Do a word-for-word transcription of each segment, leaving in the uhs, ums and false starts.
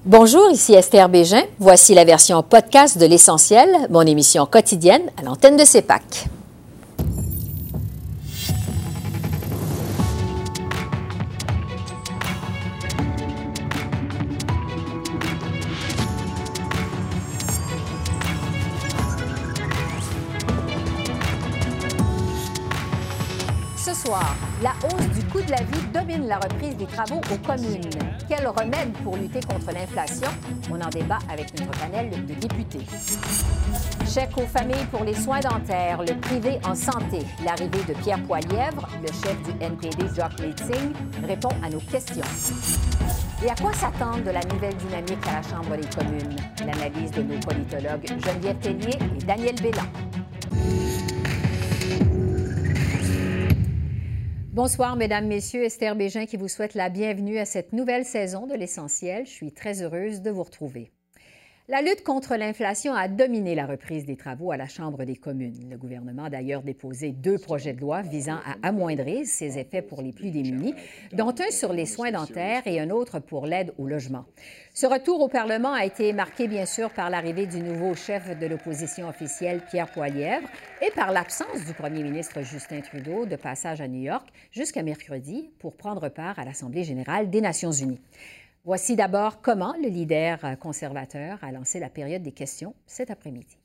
Bonjour, ici Esther Bégin. Voici la version podcast de L'Essentiel, mon émission quotidienne à l'antenne de CEPAC. Ce soir, la hausse du coût de la vie domine la reprise des travaux aux communes. Quel remède pour lutter contre l'inflation? On en débat avec notre panel de députés. Chèque aux familles pour les soins dentaires, le privé en santé. L'arrivée de Pierre Poilievre, le chef du N P D Jacques Meeting, répond à nos questions. Et à quoi s'attendre de la nouvelle dynamique à la Chambre des communes? L'analyse de nos politologues Geneviève Tellier et Daniel Bélan. Bonsoir, Mesdames, Messieurs. Esther Bégin qui vous souhaite la bienvenue à cette nouvelle saison de L'Essentiel. Je suis très heureuse de vous retrouver. La lutte contre l'inflation a dominé la reprise des travaux à la Chambre des communes. Le gouvernement a d'ailleurs déposé deux projets de loi visant à amoindrir ses effets pour les plus démunis, dont un sur les soins dentaires et un autre pour l'aide au logement. Ce retour au Parlement a été marqué, bien sûr, par l'arrivée du nouveau chef de l'opposition officielle, Pierre Poilievre, et par l'absence du premier ministre Justin Trudeau de passage à New York jusqu'à mercredi pour prendre part à l'Assemblée générale des Nations unies. Voici d'abord comment le leader conservateur a lancé la période des questions cet après-midi.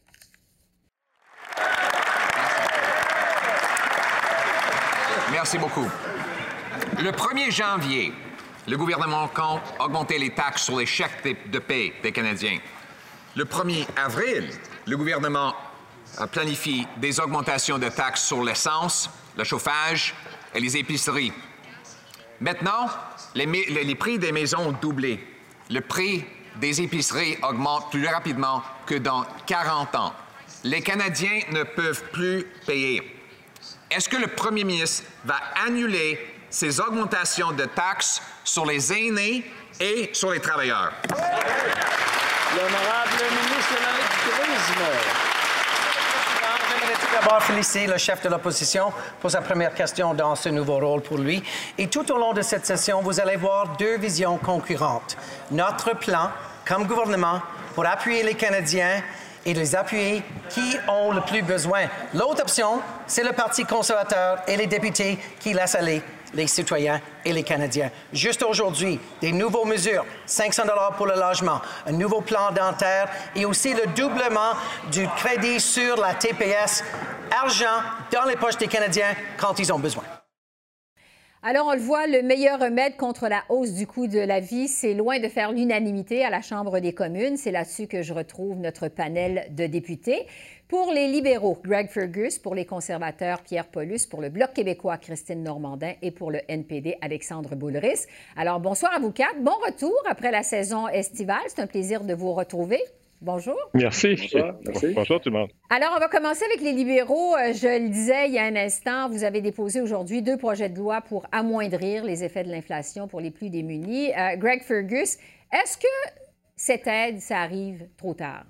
Merci beaucoup. Le premier janvier, le gouvernement compte augmenter les taxes sur les chèques de paie des Canadiens. Le premier avril, le gouvernement planifie des augmentations de taxes sur l'essence, le chauffage et les épiceries. Maintenant, les, les, les prix des maisons ont doublé. Le prix des épiceries augmente plus rapidement que dans quarante ans. Les Canadiens ne peuvent plus payer. Est-ce que le premier ministre va annuler ces augmentations de taxes sur les aînés et sur les travailleurs? L'honorable ministre de l'Agriculture. D'abord, féliciter le chef de l'opposition pour sa première question dans ce nouveau rôle pour lui. Et tout au long de cette session, vous allez voir deux visions concurrentes. Notre plan, comme gouvernement, pour appuyer les Canadiens et les appuyer qui ont le plus besoin. L'autre option, c'est le Parti conservateur et les députés qui laissent aller les citoyens et les Canadiens. Juste aujourd'hui, des nouvelles mesures, cinq cents dollars pour le logement, un nouveau plan dentaire et aussi le doublement du crédit sur la T P S, argent dans les poches des Canadiens quand ils ont besoin. Alors, on le voit, le meilleur remède contre la hausse du coût de la vie, c'est loin de faire l'unanimité à la Chambre des communes. C'est là-dessus que je retrouve notre panel de députés. Pour les libéraux, Greg Fergus, pour les conservateurs, Pierre Paulus, pour le Bloc québécois, Christine Normandin et pour le N P D, Alexandre Boulris. Alors, bonsoir à vous quatre. Bon retour après la saison estivale. C'est un plaisir de vous retrouver. Bonjour. Merci. Bonsoir. Merci. Bonjour tout le monde. Alors, on va commencer avec les libéraux. Je le disais il y a un instant, vous avez déposé aujourd'hui deux projets de loi pour amoindrir les effets de l'inflation pour les plus démunis. Euh, Greg Fergus, est-ce que cette aide, ça arrive trop tard?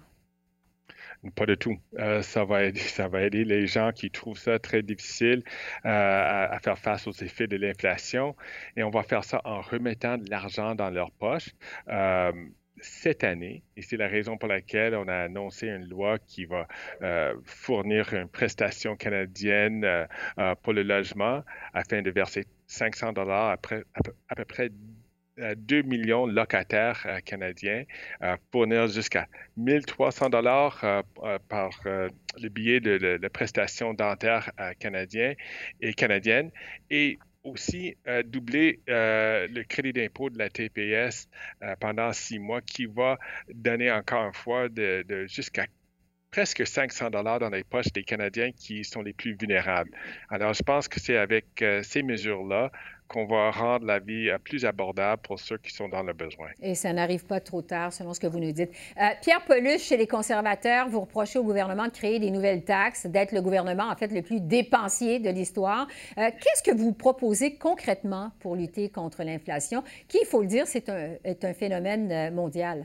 Pas du tout. Euh, ça va aider, ça va aider les gens qui trouvent ça très difficile euh, à, à faire face aux effets de l'inflation. Et on va faire ça en remettant de l'argent dans leur poche. Euh, cette année, et c'est la raison pour laquelle on a annoncé une loi qui va euh, fournir une prestation canadienne euh, euh, pour le logement afin de verser cinq cents dollars après à peu, à peu près deux millions de locataires euh, canadiens, euh, fournir jusqu'à mille trois cents dollars euh, euh, par euh, le billet de, de, de prestations dentaires euh, canadiens et canadiennes, et aussi euh, doubler euh, le crédit d'impôt de la T P S euh, pendant six mois, qui va donner encore une fois de, de jusqu'à presque cinq cents dollars dans les poches des Canadiens qui sont les plus vulnérables. Alors, je pense que c'est avec euh, ces mesures-là qu'on va rendre la vie euh, plus abordable pour ceux qui sont dans le besoin. Et ça n'arrive pas trop tard, selon ce que vous nous dites. Euh, Pierre Paulus, chez les conservateurs, vous reprochez au gouvernement de créer des nouvelles taxes, d'être le gouvernement, en fait, le plus dépensier de l'histoire. Euh, qu'est-ce que vous proposez concrètement pour lutter contre l'inflation, qui, il faut le dire, c'est un, est un phénomène mondial?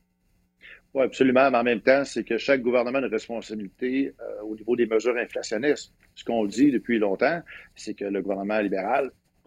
Oui, absolument. Mais en même temps, c'est que chaque gouvernement a une responsabilité euh, au niveau des mesures inflationnistes. Ce qu'on dit depuis longtemps, c'est que le gouvernement libéral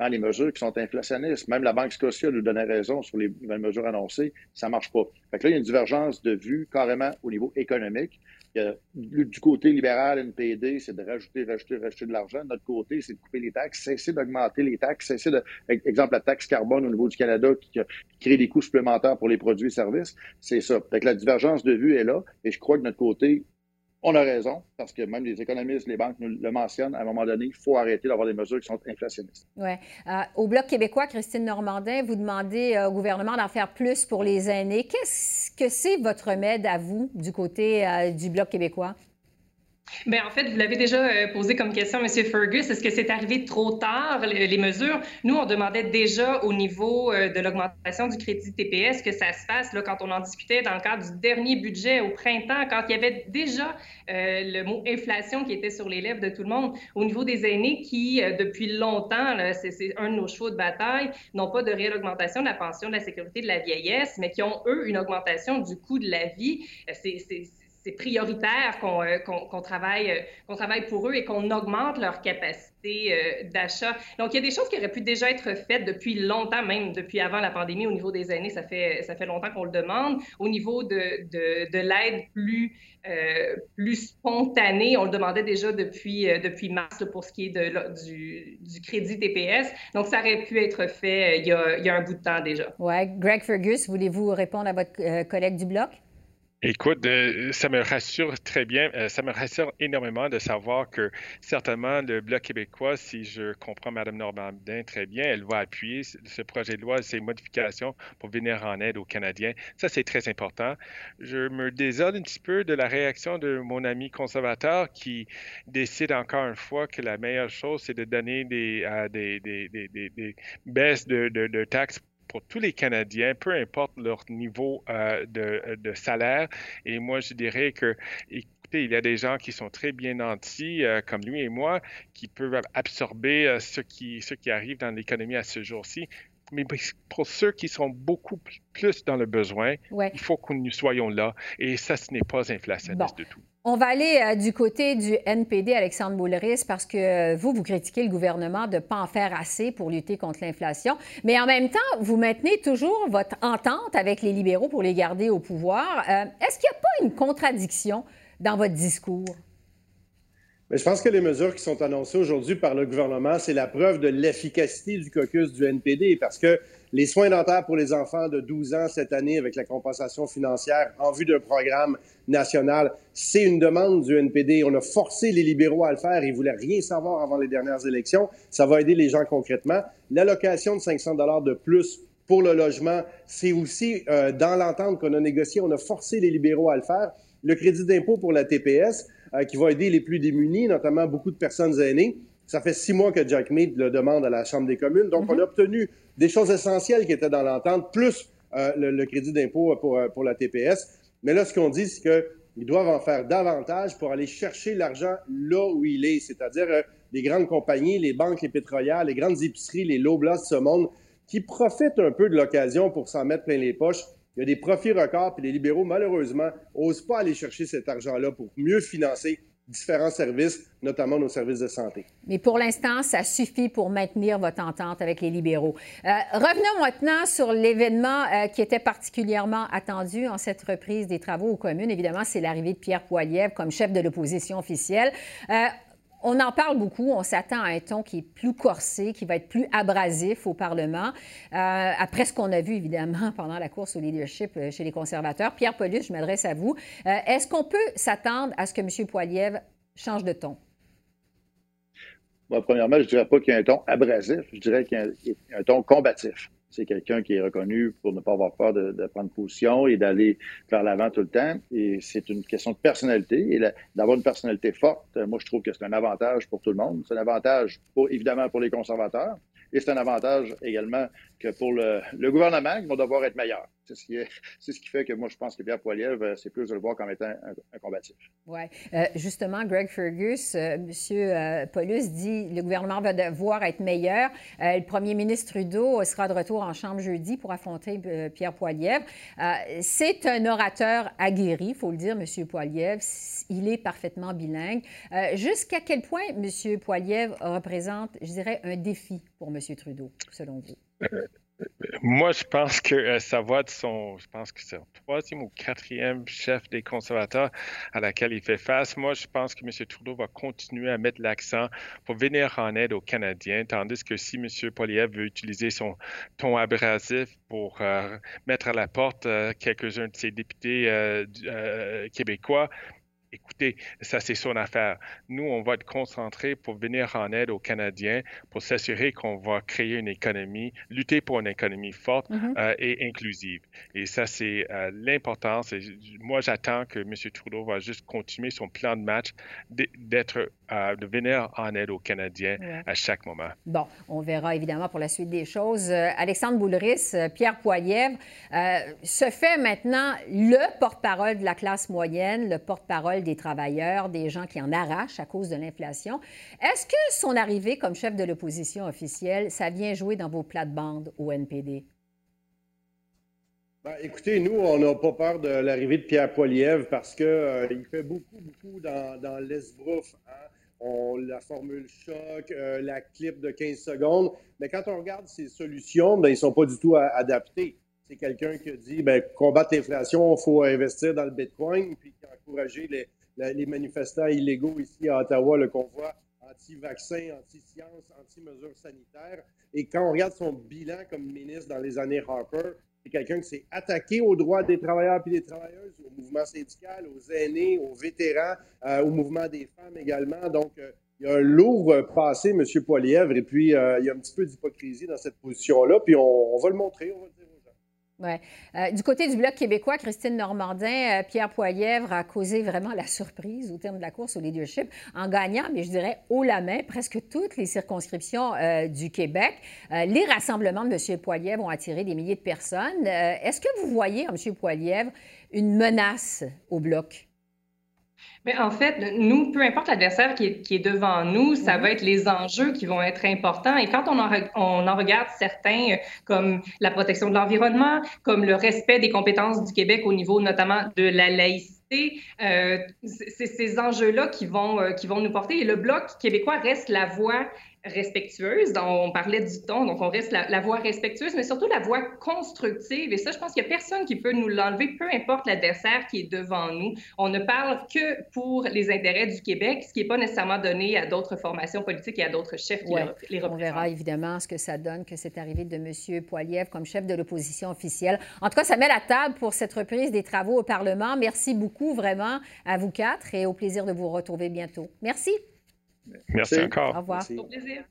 hein, les mesures qui sont inflationnistes. Même la Banque Scotia nous donnait raison sur les nouvelles mesures annoncées, ça ne marche pas. Fait que là, il y a une divergence de vue carrément au niveau économique. Il y a, du côté libéral, N P D, c'est de rajouter, rajouter, rajouter de l'argent. De notre côté, c'est de couper les taxes, cesser d'augmenter les taxes, cesser de, exemple, la taxe carbone au niveau du Canada qui, qui crée des coûts supplémentaires pour les produits et services. C'est ça. Fait que la divergence de vue est là et je crois que de notre côté, on a raison, parce que même les économistes, les banques nous le mentionnent, à un moment donné, il faut arrêter d'avoir des mesures qui sont inflationnistes. Oui. Euh, au Bloc québécois, Christine Normandin, vous demandez euh, au gouvernement d'en faire plus pour les aînés. Qu'est-ce que c'est votre remède à vous, du côté euh, du Bloc québécois? Bien, en fait, vous l'avez déjà euh, posé comme question, M. Fergus. Est-ce que c'est arrivé trop tard, les, les mesures? Nous, on demandait déjà au niveau euh, de l'augmentation du crédit T P S que ça se fasse là, quand on en discutait dans le cadre du dernier budget au printemps, quand il y avait déjà euh, le mot inflation qui était sur les lèvres de tout le monde. Au niveau des aînés qui, euh, depuis longtemps, là, c'est, c'est un de nos chevaux de bataille, n'ont pas de réelle augmentation de la pension de la sécurité de la vieillesse, mais qui ont, eux, une augmentation du coût de la vie. C'est, c'est, c'est prioritaire qu'on, euh, qu'on, qu'on, travaille, euh, qu'on travaille pour eux et qu'on augmente leur capacité euh, d'achat. Donc, il y a des choses qui auraient pu déjà être faites depuis longtemps, même depuis avant la pandémie. Au niveau des aînés, ça fait, ça fait longtemps qu'on le demande. Au niveau de, de, de l'aide plus, euh, plus spontanée, on le demandait déjà depuis, euh, depuis mars là, pour ce qui est de, là, du, du crédit T P S. Donc, ça aurait pu être fait euh, il, y a, il y a un bout de temps déjà. Oui. Greg Fergus, voulez-vous répondre à votre euh, collègue du Bloc? Écoute, euh, ça me rassure très bien, euh, ça me rassure énormément de savoir que certainement le Bloc québécois, si je comprends Mme Normandin très bien, elle va appuyer ce projet de loi, ces modifications pour venir en aide aux Canadiens. Ça, c'est très important. Je me désole un petit peu de la réaction de mon ami conservateur qui décide encore une fois que la meilleure chose, c'est de donner des, euh, des, des, des, des, des baisses de, de, de taxes pour tous les Canadiens, peu importe leur niveau euh, de, de salaire. Et moi, je dirais que, écoutez, il y a des gens qui sont très bien nantis, euh, comme lui et moi, qui peuvent absorber euh, ce, qui, ce qui arrive dans l'économie à ce jour-ci. Mais pour ceux qui sont beaucoup plus dans le besoin, ouais. il faut que nous soyons là. Et ça, ce n'est pas inflationniste bon. du tout. On va aller euh, du côté du N P D, Alexandre Boulris, parce que euh, vous, vous critiquez le gouvernement de ne pas en faire assez pour lutter contre l'inflation. Mais en même temps, vous maintenez toujours votre entente avec les libéraux pour les garder au pouvoir. Euh, est-ce qu'il n'y a pas une contradiction dans votre discours? Mais je pense que les mesures qui sont annoncées aujourd'hui par le gouvernement, c'est la preuve de l'efficacité du caucus du N P D, parce que les soins dentaires pour les enfants de douze ans cette année avec la compensation financière en vue d'un programme national, c'est une demande du N P D. On a forcé les libéraux à le faire. Ils ne voulaient rien savoir avant les dernières élections. Ça va aider les gens concrètement. L'allocation de cinq cents dollars de plus pour le logement, c'est aussi euh, dans l'entente qu'on a négocié. On a forcé les libéraux à le faire. Le crédit d'impôt pour la T P S, euh, qui va aider les plus démunis, notamment beaucoup de personnes aînées. Ça fait six mois que Jack Mead le demande à la Chambre des communes. Donc, mm-hmm. on a obtenu des choses essentielles qui étaient dans l'entente, plus euh, le, le crédit d'impôt pour, pour la T P S. Mais là, ce qu'on dit, c'est qu'ils doivent en faire davantage pour aller chercher l'argent là où il est, c'est-à-dire euh, les grandes compagnies, les banques, les pétrolières, les grandes épiceries, les Loblaws de ce monde, qui profitent un peu de l'occasion pour s'en mettre plein les poches. Il y a des profits records, puis les libéraux, malheureusement, n'osent pas aller chercher cet argent-là pour mieux financer différents services, notamment nos services de santé. Mais pour l'instant, ça suffit pour maintenir votre entente avec les libéraux. Euh, revenons maintenant sur l'événement euh, qui était particulièrement attendu en cette reprise des travaux aux communes. Évidemment, c'est l'arrivée de Pierre Poilievre comme chef de l'opposition officielle. Euh, On en parle beaucoup. On s'attend à un ton qui est plus corsé, qui va être plus abrasif au Parlement. Euh, après ce qu'on a vu, évidemment, pendant la course au leadership chez les conservateurs. Pierre Paulus, je m'adresse à vous. Euh, est-ce qu'on peut s'attendre à ce que M. Poilievre change de ton? Bon, premièrement, je ne dirais pas qu'il y a un ton abrasif. Je dirais qu'il y a un, il y a un ton combatif. C'est quelqu'un qui est reconnu pour ne pas avoir peur de, de prendre position et d'aller vers l'avant tout le temps. Et c'est une question de personnalité. Et la, d'avoir une personnalité forte, moi, je trouve que c'est un avantage pour tout le monde. C'est un avantage, pour, évidemment, pour les conservateurs. Et c'est un avantage également que pour le, le gouvernement, qui va devoir être meilleur. C'est ce, qui est, c'est ce qui fait que moi, je pense que Pierre Poilievre, c'est plus de le voir comme étant un, un combatif. Oui. Euh, justement, Greg Fergus, euh, M. Euh, Paulus dit que le gouvernement va devoir être meilleur. Euh, le premier ministre Trudeau sera de retour en Chambre jeudi pour affronter euh, Pierre Poilievre. Euh, c'est un orateur aguerri, il faut le dire, M. Poilievre. Il est parfaitement bilingue. Euh, jusqu'à quel point M. Poilievre représente, je dirais, un défi pour M. Trudeau, selon vous? Euh, moi, je pense que euh, ça va être son, je pense que c'est son troisième ou quatrième chef des conservateurs à laquelle il fait face. Moi, je pense que M. Trudeau va continuer à mettre l'accent pour venir en aide aux Canadiens, tandis que si M. Poilievre veut utiliser son ton abrasif pour euh, mettre à la porte euh, quelques-uns de ses députés euh, euh, québécois, écoutez, ça, c'est son affaire. Nous, on va être concentrés pour venir en aide aux Canadiens, pour s'assurer qu'on va créer une économie, lutter pour une économie forte mm-hmm. euh, et inclusive. Et ça, c'est euh, l'importance. Et moi, j'attends que M. Trudeau va juste continuer son plan de match d'être, euh, de venir en aide aux Canadiens ouais. à chaque moment. Bon, on verra évidemment pour la suite des choses. Euh, Alexandre Boulris, euh, Pierre Poilievre euh, se fait maintenant le porte-parole de la classe moyenne, le porte-parole des travailleurs, des gens qui en arrachent à cause de l'inflation. Est-ce que son arrivée comme chef de l'opposition officielle, ça vient jouer dans vos plates-bandes au N P D? Ben, écoutez, nous, on n'a pas peur de l'arrivée de Pierre Poilievre parce qu'il euh, fait beaucoup, beaucoup dans, dans l'esbrouf. Hein? On, la formule choc, euh, la clip de quinze secondes. Mais quand on regarde ces solutions, ben, ils ne sont pas du tout à, adaptés. C'est quelqu'un qui dit, bien, combattre l'inflation, il faut investir dans le Bitcoin, puis qui a encouragé les, les manifestants illégaux ici à Ottawa, le convoi anti-vaccin, anti-science, anti-mesures sanitaires. Et quand on regarde son bilan comme ministre dans les années Harper, c'est quelqu'un qui s'est attaqué aux droits des travailleurs et des travailleuses, au mouvement syndical, aux aînés, aux vétérans, euh, au mouvement des femmes également. Donc, euh, il y a un lourd passé, M. Poilievre, et puis euh, il y a un petit peu d'hypocrisie dans cette position-là, puis on, on va le montrer, on va le dire. Ouais. Euh, du côté du Bloc québécois, Christine Normandin, euh, Pierre Poilievre a causé vraiment la surprise au terme de la course au leadership en gagnant, mais je dirais haut la main, presque toutes les circonscriptions euh, du Québec. Euh, les rassemblements de M. Poilievre ont attiré des milliers de personnes. Euh, est-ce que vous voyez en M. Poilievre une menace au Bloc? Mais en fait, nous, peu importe l'adversaire qui est, qui est devant nous, ça va être les enjeux qui vont être importants. Et quand on en, re, on en regarde certains, comme la protection de l'environnement, comme le respect des compétences du Québec au niveau notamment de la laïcité, euh, c'est ces enjeux-là qui vont, euh, qui vont nous porter. Et le Bloc québécois reste la voie respectueuse. Donc, on parlait du ton, donc on reste la, la voie respectueuse, mais surtout la voie constructive. Et ça, je pense qu'il n'y a personne qui peut nous l'enlever, peu importe l'adversaire qui est devant nous. On ne parle que pour les intérêts du Québec, ce qui n'est pas nécessairement donné à d'autres formations politiques et à d'autres chefs qui ouais, les représentent. On verra évidemment ce que ça donne, que cette arrivée de M. Poilievre comme chef de l'opposition officielle. En tout cas, ça met la table pour cette reprise des travaux au Parlement. Merci beaucoup vraiment à vous quatre et au plaisir de vous retrouver bientôt. Merci. Merci, Merci encore. Au revoir. Merci. Au plaisir.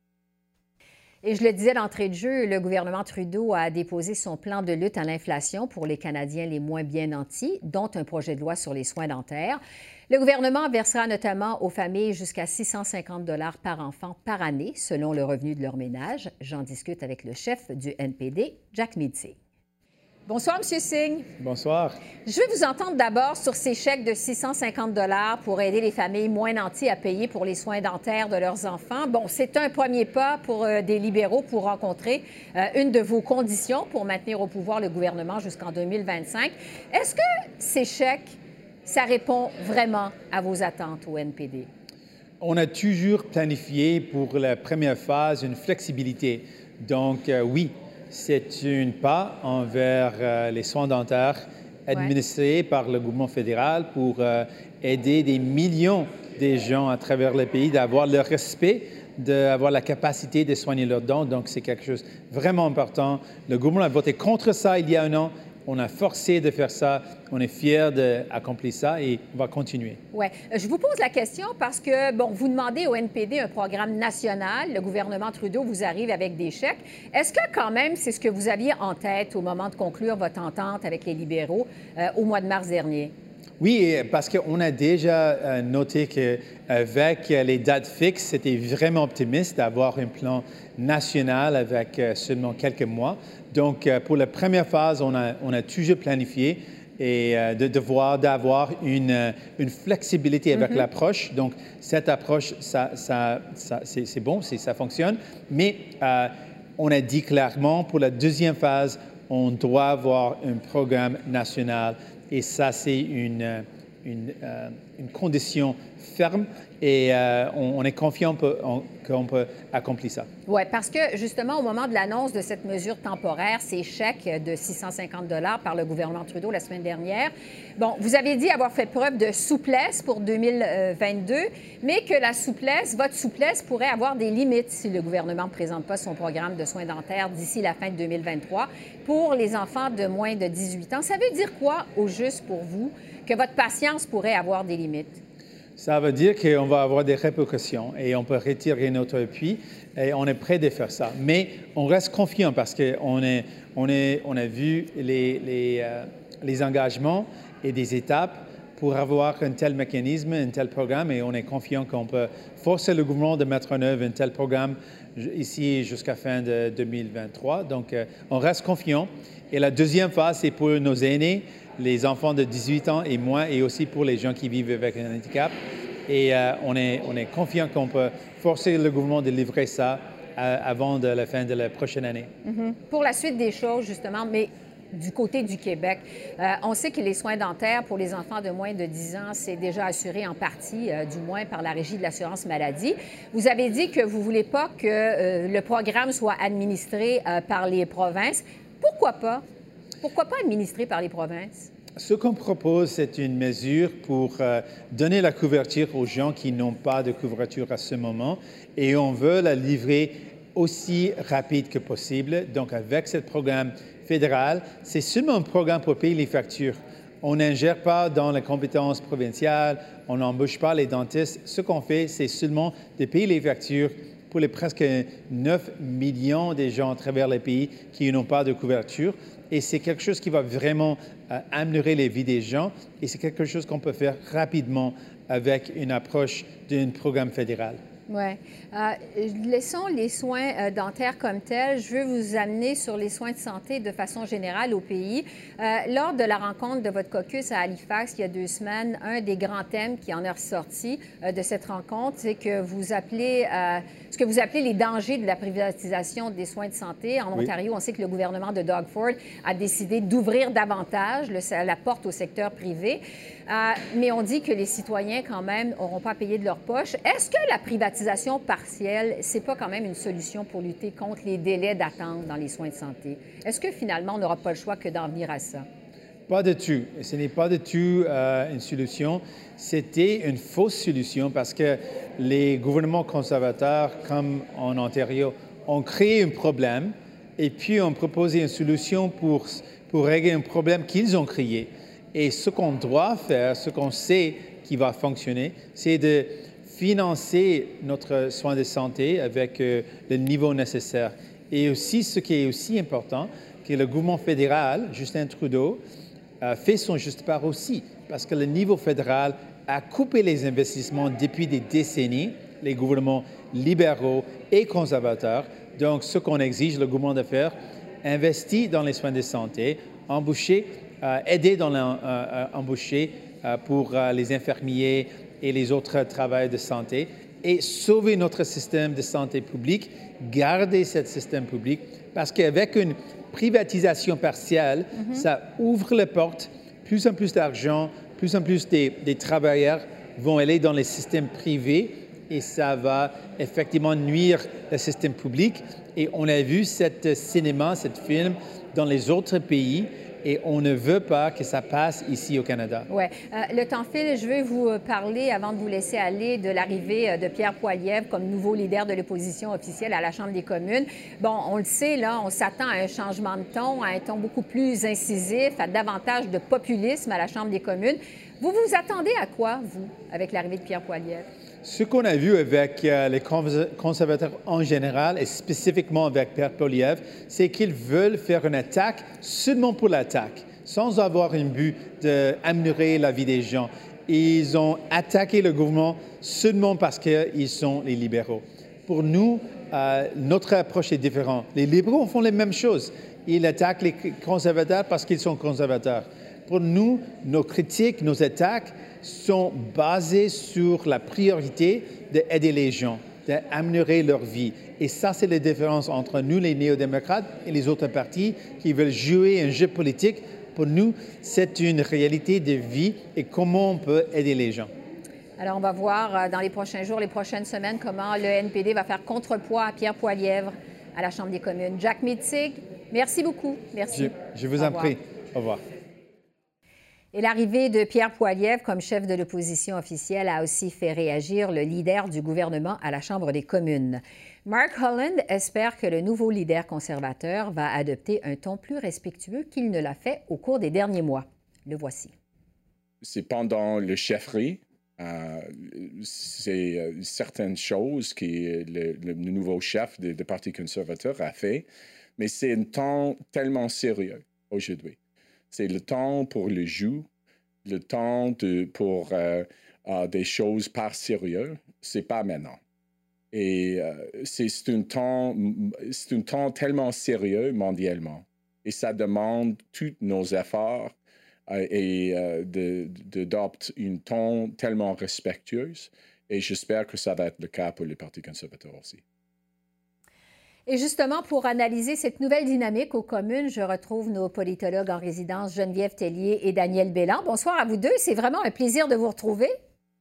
Et je le disais d'entrée de jeu, le gouvernement Trudeau a déposé son plan de lutte à l'inflation pour les Canadiens les moins bien nantis, dont un projet de loi sur les soins dentaires. Le gouvernement versera notamment aux familles jusqu'à six cent cinquante dollars par enfant par année, selon le revenu de leur ménage. J'en discute avec le chef du N P D, Jack Meedsing. Bonsoir, M. Singh. Bonsoir. Je vais vous entendre d'abord sur ces chèques de six cent cinquante dollars pour aider les familles moins nanties à payer pour les soins dentaires de leurs enfants. Bon, c'est un premier pas pour euh, des libéraux pour rencontrer euh, une de vos conditions pour maintenir au pouvoir le gouvernement jusqu'en deux mille vingt-cinq. Est-ce que ces chèques, ça répond vraiment à vos attentes au N P D? On a toujours planifié pour la première phase une flexibilité. Donc, euh, oui. C'est un pas envers euh, les soins dentaires administrés ouais. par le gouvernement fédéral pour euh, aider des millions de gens à travers le pays d'avoir le respect, d'avoir la capacité de soigner leurs dents. Donc, c'est quelque chose de vraiment important. Le gouvernement a voté contre ça il y a un an. On a forcé de faire ça. On est fiers d'accomplir ça et on va continuer. Oui. Je vous pose la question parce que, bon, vous demandez au N P D un programme national. Le gouvernement Trudeau vous arrive avec des chèques. Est-ce que, quand même, c'est ce que vous aviez en tête au moment de conclure votre entente avec les libéraux euh, au mois de mars dernier? Oui, parce qu'on a déjà noté qu'avec les dates fixes, c'était vraiment optimiste d'avoir un plan national avec seulement quelques mois. Donc, pour la première phase, on a, on a toujours planifié et de devoir d'avoir une, une flexibilité avec mm-hmm. l'approche. Donc, cette approche, ça, ça, ça, c'est, c'est bon, c'est, ça fonctionne. Mais euh, on a dit clairement, pour la deuxième phase, on doit avoir un programme national. Et ça, c'est une, une, euh, une condition ferme et euh, on, on est confiant qu'on peut accomplir ça. Oui, parce que justement, au moment de l'annonce de cette mesure temporaire, ces chèques de six cent cinquante dollars par le gouvernement Trudeau la semaine dernière, bon, vous avez dit avoir fait preuve de souplesse pour deux mille vingt-deux, mais que la souplesse, votre souplesse pourrait avoir des limites si le gouvernement ne présente pas son programme de soins dentaires d'ici la fin de deux mille vingt-trois pour les enfants de moins de dix-huit ans. Ça veut dire quoi, au juste pour vous, que votre patience pourrait avoir des limites? Ça veut dire qu'on va avoir des répercussions et on peut retirer notre appui et on est prêt de faire ça. Mais on reste confiant parce qu'on est, on est, on a vu les, les, euh, les engagements et des étapes pour avoir un tel mécanisme, un tel programme et on est confiant qu'on peut forcer le gouvernement de mettre en œuvre un tel programme ici jusqu'à fin de deux mille vingt-trois. Donc, euh, on reste confiant. Et la deuxième phase, c'est pour nos aînés, les enfants de dix-huit ans et moins, et aussi pour les gens qui vivent avec un handicap. Et euh, on est, on est confiant qu'on peut forcer le gouvernement de livrer ça euh, avant de la fin de la prochaine année. Mm-hmm. Pour la suite des choses, justement, mais du côté du Québec, euh, on sait que les soins dentaires pour les enfants de moins de dix ans, c'est déjà assuré en partie, euh, du moins par la Régie de l'assurance maladie. Vous avez dit que vous ne voulez pas que euh, le programme soit administré euh, par les provinces. Pourquoi pas? Pourquoi pas administré par les provinces? Ce qu'on propose, c'est une mesure pour euh, donner la couverture aux gens qui n'ont pas de couverture à ce moment et on veut la livrer aussi rapide que possible. Donc, avec ce programme fédéral, c'est seulement un programme pour payer les factures. On n'ingère pas dans les compétences provinciales, on n'embauche pas les dentistes. Ce qu'on fait, c'est seulement de payer les factures pour les presque neuf millions de gens à travers le pays qui n'ont pas de couverture. Et c'est quelque chose qui va vraiment euh, améliorer les vies des gens et c'est quelque chose qu'on peut faire rapidement avec une approche d'un programme fédéral. Oui. Euh, laissons les soins euh, dentaires comme tels. Je veux vous amener sur les soins de santé de façon générale au pays. Euh, lors de la rencontre de votre caucus à Halifax il y a deux semaines, un des grands thèmes qui en est ressorti euh, de cette rencontre, c'est que vous appelez, euh, ce que vous appelez les dangers de la privatisation des soins de santé. En Ontario, oui. On sait que le gouvernement de Doug Ford a décidé d'ouvrir davantage le, la porte au secteur privé. Euh, mais on dit que les citoyens, quand même, n'auront pas à payer de leur poche. Est-ce que la privatisation partielle, c'est pas quand même une solution pour lutter contre les délais d'attente dans les soins de santé? Est-ce que finalement, on n'aura pas le choix que d'en venir à ça? Pas du tout. Ce n'est pas du tout euh, une solution. C'était une fausse solution parce que les gouvernements conservateurs, comme en Ontario, ont créé un problème et puis ont proposé une solution pour, pour régler un problème qu'ils ont créé. Et ce qu'on doit faire, ce qu'on sait qui va fonctionner, c'est de financer notre soin de santé avec euh, le niveau nécessaire. Et aussi, ce qui est aussi important, que le gouvernement fédéral, Justin Trudeau, euh, fait son juste part aussi, parce que le niveau fédéral a coupé les investissements depuis des décennies, les gouvernements libéraux et conservateurs. Donc, ce qu'on exige le gouvernement de faire, investir dans les soins de santé, embaucher, Euh, aider dans l'embaucher euh, euh, pour euh, les infirmiers et les autres travailleurs de santé et sauver notre système de santé publique, garder ce système public, parce qu'avec une privatisation partielle, mm-hmm. ça ouvre les portes, plus en plus d'argent, plus en plus des, des travailleurs vont aller dans les systèmes privés et ça va effectivement nuire le système public. Et on a vu ce cinéma, ce film dans les autres pays. Et on ne veut pas que ça passe ici au Canada. Oui. Euh, le temps file. Je veux vous parler, avant de vous laisser aller, de l'arrivée de Pierre Poilievre comme nouveau leader de l'opposition officielle à la Chambre des communes. Bon, on le sait, là, on s'attend à un changement de ton, à un ton beaucoup plus incisif, à davantage de populisme à la Chambre des communes. Vous vous attendez à quoi, vous, avec l'arrivée de Pierre Poilievre? Ce qu'on a vu avec euh, les conservateurs en général et spécifiquement avec Pierre Poilievre, c'est qu'ils veulent faire une attaque seulement pour l'attaque, sans avoir un but d'améliorer la vie des gens. Ils ont attaqué le gouvernement seulement parce qu'ils sont les libéraux. Pour nous, euh, notre approche est différente. Les libéraux font les mêmes choses. Ils attaquent les conservateurs parce qu'ils sont conservateurs. Pour nous, nos critiques, nos attaques sont basées sur la priorité d'aider les gens, d'améliorer leur vie. Et ça, c'est la différence entre nous, les néo-démocrates, et les autres partis qui veulent jouer un jeu politique. Pour nous, c'est une réalité de vie et comment on peut aider les gens. Alors, on va voir dans les prochains jours, les prochaines semaines, comment le N P D va faire contrepoids à Pierre Poilievre à la Chambre des communes. Jack Mitzig, merci beaucoup. Merci. Je, je vous en prie. Au revoir. Et l'arrivée de Pierre Poilievre comme chef de l'opposition officielle a aussi fait réagir le leader du gouvernement à la Chambre des communes. Mark Holland espère que le nouveau leader conservateur va adopter un ton plus respectueux qu'il ne l'a fait au cours des derniers mois. Le voici. C'est pendant le chefferie, euh, c'est euh, certaines choses que le, le nouveau chef du Parti conservateur a fait, mais c'est un temps tellement sérieux aujourd'hui. C'est le temps pour le jeu, le temps de, pour euh, euh, des choses pas sérieuses. C'est pas maintenant. Et euh, c'est, c'est, un temps, c'est un temps tellement sérieux mondialement. Et ça demande tous nos efforts euh, et euh, de, de, d'adopter un ton tellement respectueux. Et j'espère que ça va être le cas pour le Parti conservateur aussi. Et justement, pour analyser cette nouvelle dynamique aux communes, je retrouve nos politologues en résidence, Geneviève Tellier et Daniel Bélan. Bonsoir à vous deux. C'est vraiment un plaisir de vous retrouver.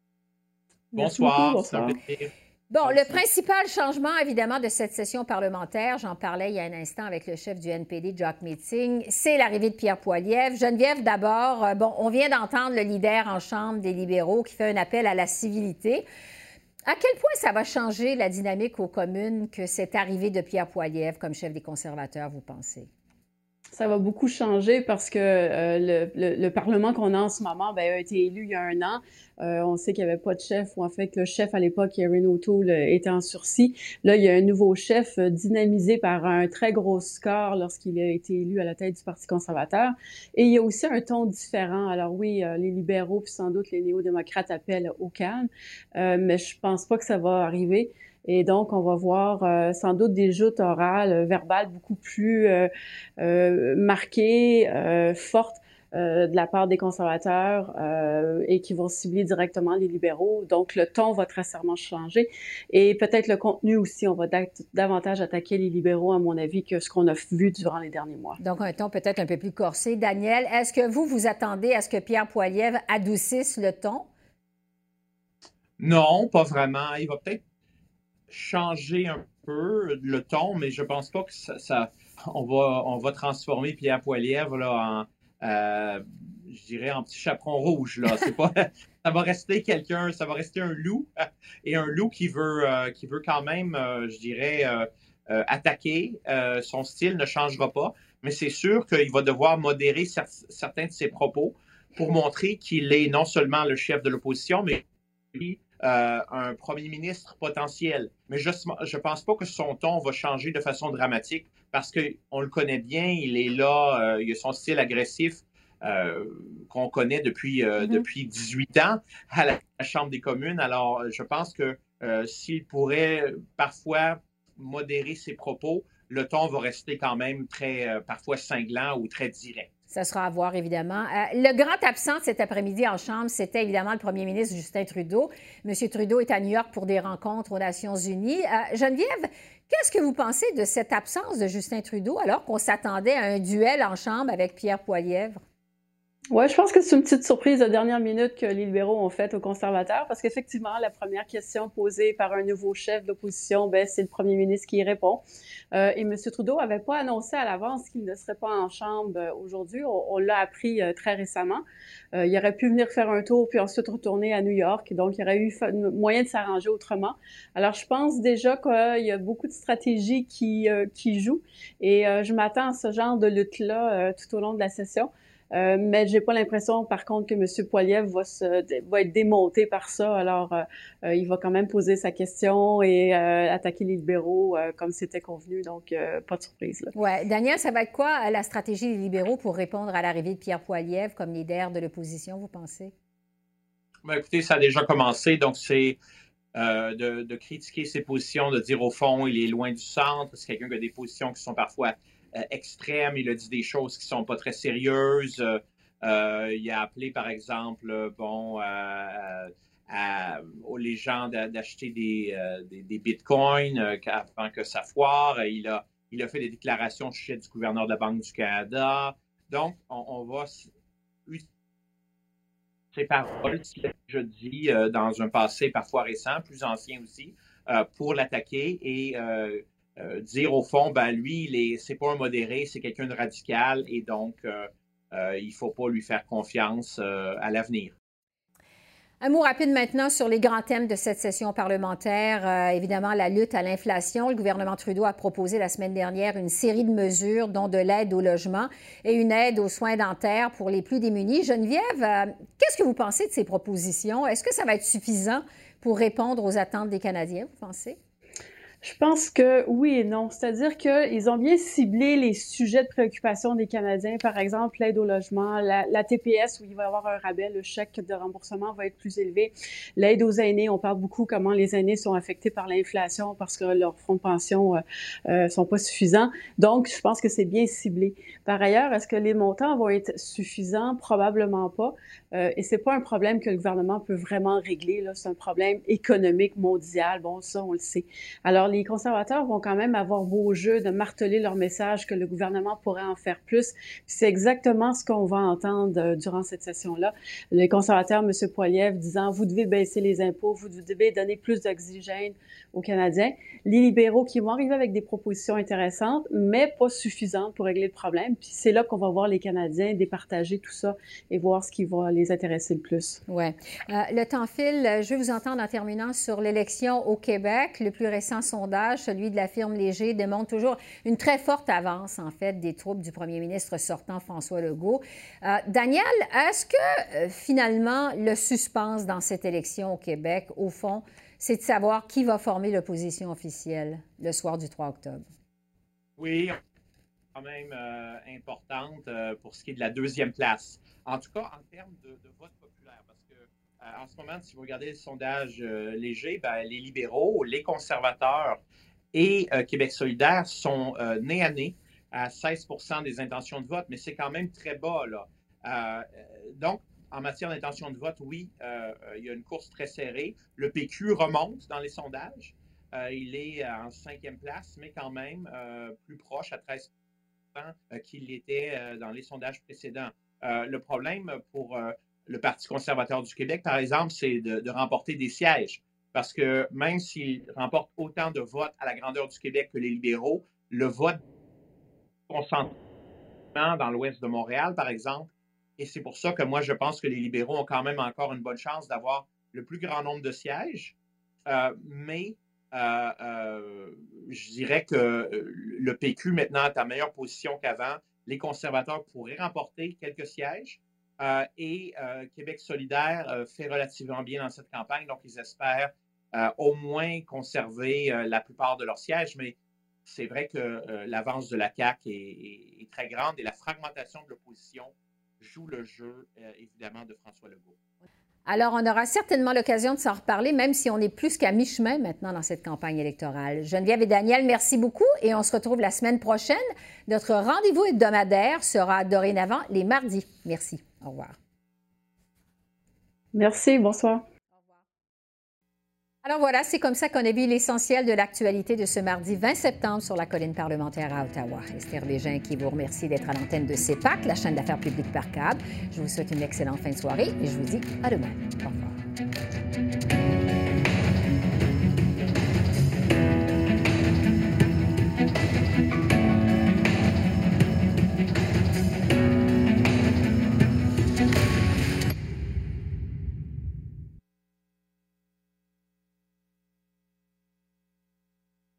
Bonsoir. Bonsoir. Bon, le principal changement, évidemment, de cette session parlementaire, j'en parlais il y a un instant avec le chef du N P D, Jack Mitzig, c'est l'arrivée de Pierre Poilievre. Geneviève, d'abord, bon, on vient d'entendre le leader en Chambre des libéraux qui fait un appel à la civilité. À quel point ça va changer la dynamique aux communes que cette arrivée de Pierre Poilievre comme chef des conservateurs, vous pensez? Ça va beaucoup changer parce que euh, le, le, le Parlement qu'on a en ce moment ben, a été élu il y a un an. Euh, on sait qu'il n'y avait pas de chef, ou en fait que le chef à l'époque, Erin O'Toole, était en sursis. Là, il y a un nouveau chef dynamisé par un très gros score lorsqu'il a été élu à la tête du Parti conservateur. Et il y a aussi un ton différent. Alors oui, euh, les libéraux puis sans doute les néo-démocrates appellent au calme, euh, mais je pense pas que ça va arriver. Et donc, on va voir euh, sans doute des joutes orales, euh, verbales beaucoup plus euh, euh, marquées, euh, fortes euh, de la part des conservateurs euh, et qui vont cibler directement les libéraux. Donc, le ton va très certainement changer. Et peut-être le contenu aussi, on va davantage attaquer les libéraux, à mon avis, que ce qu'on a vu durant les derniers mois. Donc, un ton peut-être un peu plus corsé. Daniel, est-ce que vous, vous attendez à ce que Pierre Poilievre adoucisse le ton? Non, pas vraiment. Il va peut-être changer un peu le ton, mais je pense pas que ça, ça on va on va transformer Pierre Poilievre là en euh, je dirais en petit chaperon rouge là. C'est pas ça va rester quelqu'un, ça va rester un loup et un loup qui veut euh, qui veut quand même euh, je dirais euh, euh, attaquer. Euh, son style ne changera pas, mais c'est sûr qu'il va devoir modérer cer- certains de ses propos pour montrer qu'il est non seulement le chef de l'opposition, mais lui Euh, un premier ministre potentiel. Mais je ne pense pas que son ton va changer de façon dramatique parce qu'on le connaît bien, il est là, euh, il a son style agressif euh, qu'on connaît depuis, euh, mm-hmm. depuis dix-huit ans à la, la Chambre des communes. Alors, je pense que euh, s'il pourrait parfois modérer ses propos, le ton va rester quand même très, euh, parfois cinglant ou très direct. Ça sera à voir, évidemment. Euh, le grand absent cet après-midi en Chambre, c'était évidemment le premier ministre Justin Trudeau. M. Trudeau est à New York pour des rencontres aux Nations unies. Euh, Geneviève, qu'est-ce que vous pensez de cette absence de Justin Trudeau alors qu'on s'attendait à un duel en Chambre avec Pierre Poilievre? Oui, je pense que c'est une petite surprise de dernière minute que les libéraux ont faite aux conservateurs parce qu'effectivement, la première question posée par un nouveau chef d'opposition, ben, c'est le premier ministre qui y répond. Euh, et M. Trudeau n'avait pas annoncé à l'avance qu'il ne serait pas en Chambre euh, aujourd'hui. On, on l'a appris euh, très récemment. Euh, il aurait pu venir faire un tour puis ensuite retourner à New York. Donc, il y aurait eu moyen de s'arranger autrement. Alors, je pense déjà qu'il y a beaucoup de stratégies qui, euh, qui jouent et euh, je m'attends à ce genre de lutte-là euh, tout au long de la session. Euh, mais j'ai pas l'impression, par contre, que M. Poilievre va, se, va être démonté par ça. Alors, euh, il va quand même poser sa question et euh, attaquer les libéraux euh, comme c'était convenu. Donc, euh, pas de surprise. Oui. Daniel, ça va être quoi la stratégie des libéraux pour répondre à l'arrivée de Pierre Poilievre comme leader de l'opposition, vous pensez? Ben, écoutez, ça a déjà commencé. Donc, c'est euh, de, de critiquer ses positions, de dire au fond, il est loin du centre. C'est quelqu'un qui a des positions qui sont parfois euh, extrêmes. Il a dit des choses qui ne sont pas très sérieuses. Euh, il a appelé, par exemple, bon, euh, à, aux les gens d'acheter des, euh, des, des bitcoins euh, avant que ça foire. Il a, il a fait des déclarations au sujet du gouverneur de la Banque du Canada. Donc, on, on va utiliser ces paroles qu'il a déjà dit euh, dans un passé parfois récent, plus ancien aussi, euh, pour l'attaquer et euh, euh, dire au fond, ben lui, c'est pas un modéré, c'est quelqu'un de radical et donc euh, euh, il ne faut pas lui faire confiance euh, à l'avenir. Un mot rapide maintenant sur les grands thèmes de cette session parlementaire. Euh, évidemment, la lutte à l'inflation. Le gouvernement Trudeau a proposé la semaine dernière une série de mesures, dont de l'aide au logement et une aide aux soins dentaires pour les plus démunis. Geneviève, euh, qu'est-ce que vous pensez de ces propositions? Est-ce que ça va être suffisant pour répondre aux attentes des Canadiens, vous pensez? Je pense que oui et non. C'est-à-dire qu'ils ont bien ciblé les sujets de préoccupation des Canadiens. Par exemple, l'aide au logement, la, la T P S où il va y avoir un rabais, le chèque de remboursement va être plus élevé. L'aide aux aînés, on parle beaucoup comment les aînés sont affectés par l'inflation parce que leurs fonds de pension euh, euh, sont pas suffisants. Donc, je pense que c'est bien ciblé. Par ailleurs, est-ce que les montants vont être suffisants? Probablement pas. Euh, et c'est pas un problème que le gouvernement peut vraiment régler. Là, c'est un problème économique mondial. Bon, ça, on le sait. Alors, les conservateurs vont quand même avoir beau jeu de marteler leur message que le gouvernement pourrait en faire plus. C'est exactement ce qu'on va entendre euh, durant cette session-là. Les conservateurs, M. Poilievre, disant « Vous devez baisser les impôts, vous devez donner plus d'oxygène aux Canadiens ». Les libéraux qui vont arriver avec des propositions intéressantes, mais pas suffisantes pour régler le problème. Puis c'est là qu'on va voir les Canadiens départager tout ça et voir ce qui va les intéresser le plus. Oui. Euh, le temps file. Je vais vous entendre en terminant sur l'élection au Québec. Le plus récent sondage, celui de la firme Léger, démontre toujours une très forte avance, en fait, des troupes du premier ministre sortant, François Legault. Euh, Daniel, est-ce que, euh, finalement, le suspense dans cette élection au Québec, au fond, c'est de savoir qui va former l'opposition officielle le soir du trois octobre? Oui, quand même euh, importante euh, pour ce qui est de la deuxième place. En tout cas, en termes de, de vote populaire, parce que euh, en ce moment, si vous regardez le sondage euh, léger, ben, les libéraux, les conservateurs et euh, Québec solidaire sont euh, nez à nez à seize pour cent des intentions de vote, mais c'est quand même très bas, là. Euh, donc, en matière d'intention de vote, oui, euh, il y a une course très serrée. Le P Q remonte dans les sondages. Euh, il est en cinquième place, mais quand même euh, plus proche à treize pour cent euh, qu'il l'était euh, dans les sondages précédents. Euh, le problème pour euh, le Parti conservateur du Québec, par exemple, c'est de, de remporter des sièges. Parce que même s'il remporte autant de votes à la grandeur du Québec que les libéraux, le vote concentré dans l'ouest de Montréal, par exemple, et c'est pour ça que moi, je pense que les libéraux ont quand même encore une bonne chance d'avoir le plus grand nombre de sièges. Euh, mais euh, euh, je dirais que le P Q, maintenant, est en meilleure position qu'avant. Les conservateurs pourraient remporter quelques sièges. Euh, et euh, Québec solidaire euh, fait relativement bien dans cette campagne. Donc, ils espèrent euh, au moins conserver euh, la plupart de leurs sièges. Mais c'est vrai que euh, l'avance de la C A Q est, est, est très grande et la fragmentation de l'opposition joue le jeu, euh, évidemment, de François Legault. Alors, on aura certainement l'occasion de s'en reparler, même si on est plus qu'à mi-chemin maintenant dans cette campagne électorale. Geneviève et Daniel, merci beaucoup et on se retrouve la semaine prochaine. Notre rendez-vous hebdomadaire sera dorénavant les mardis. Merci. Au revoir. Merci. Bonsoir. Alors voilà, c'est comme ça qu'on a vu l'essentiel de l'actualité de ce mardi vingt septembre sur la colline parlementaire à Ottawa. Esther Bégin qui vous remercie d'être à l'antenne de C E P A C, la chaîne d'affaires publiques par câble. Je vous souhaite une excellente fin de soirée et je vous dis à demain. Au revoir.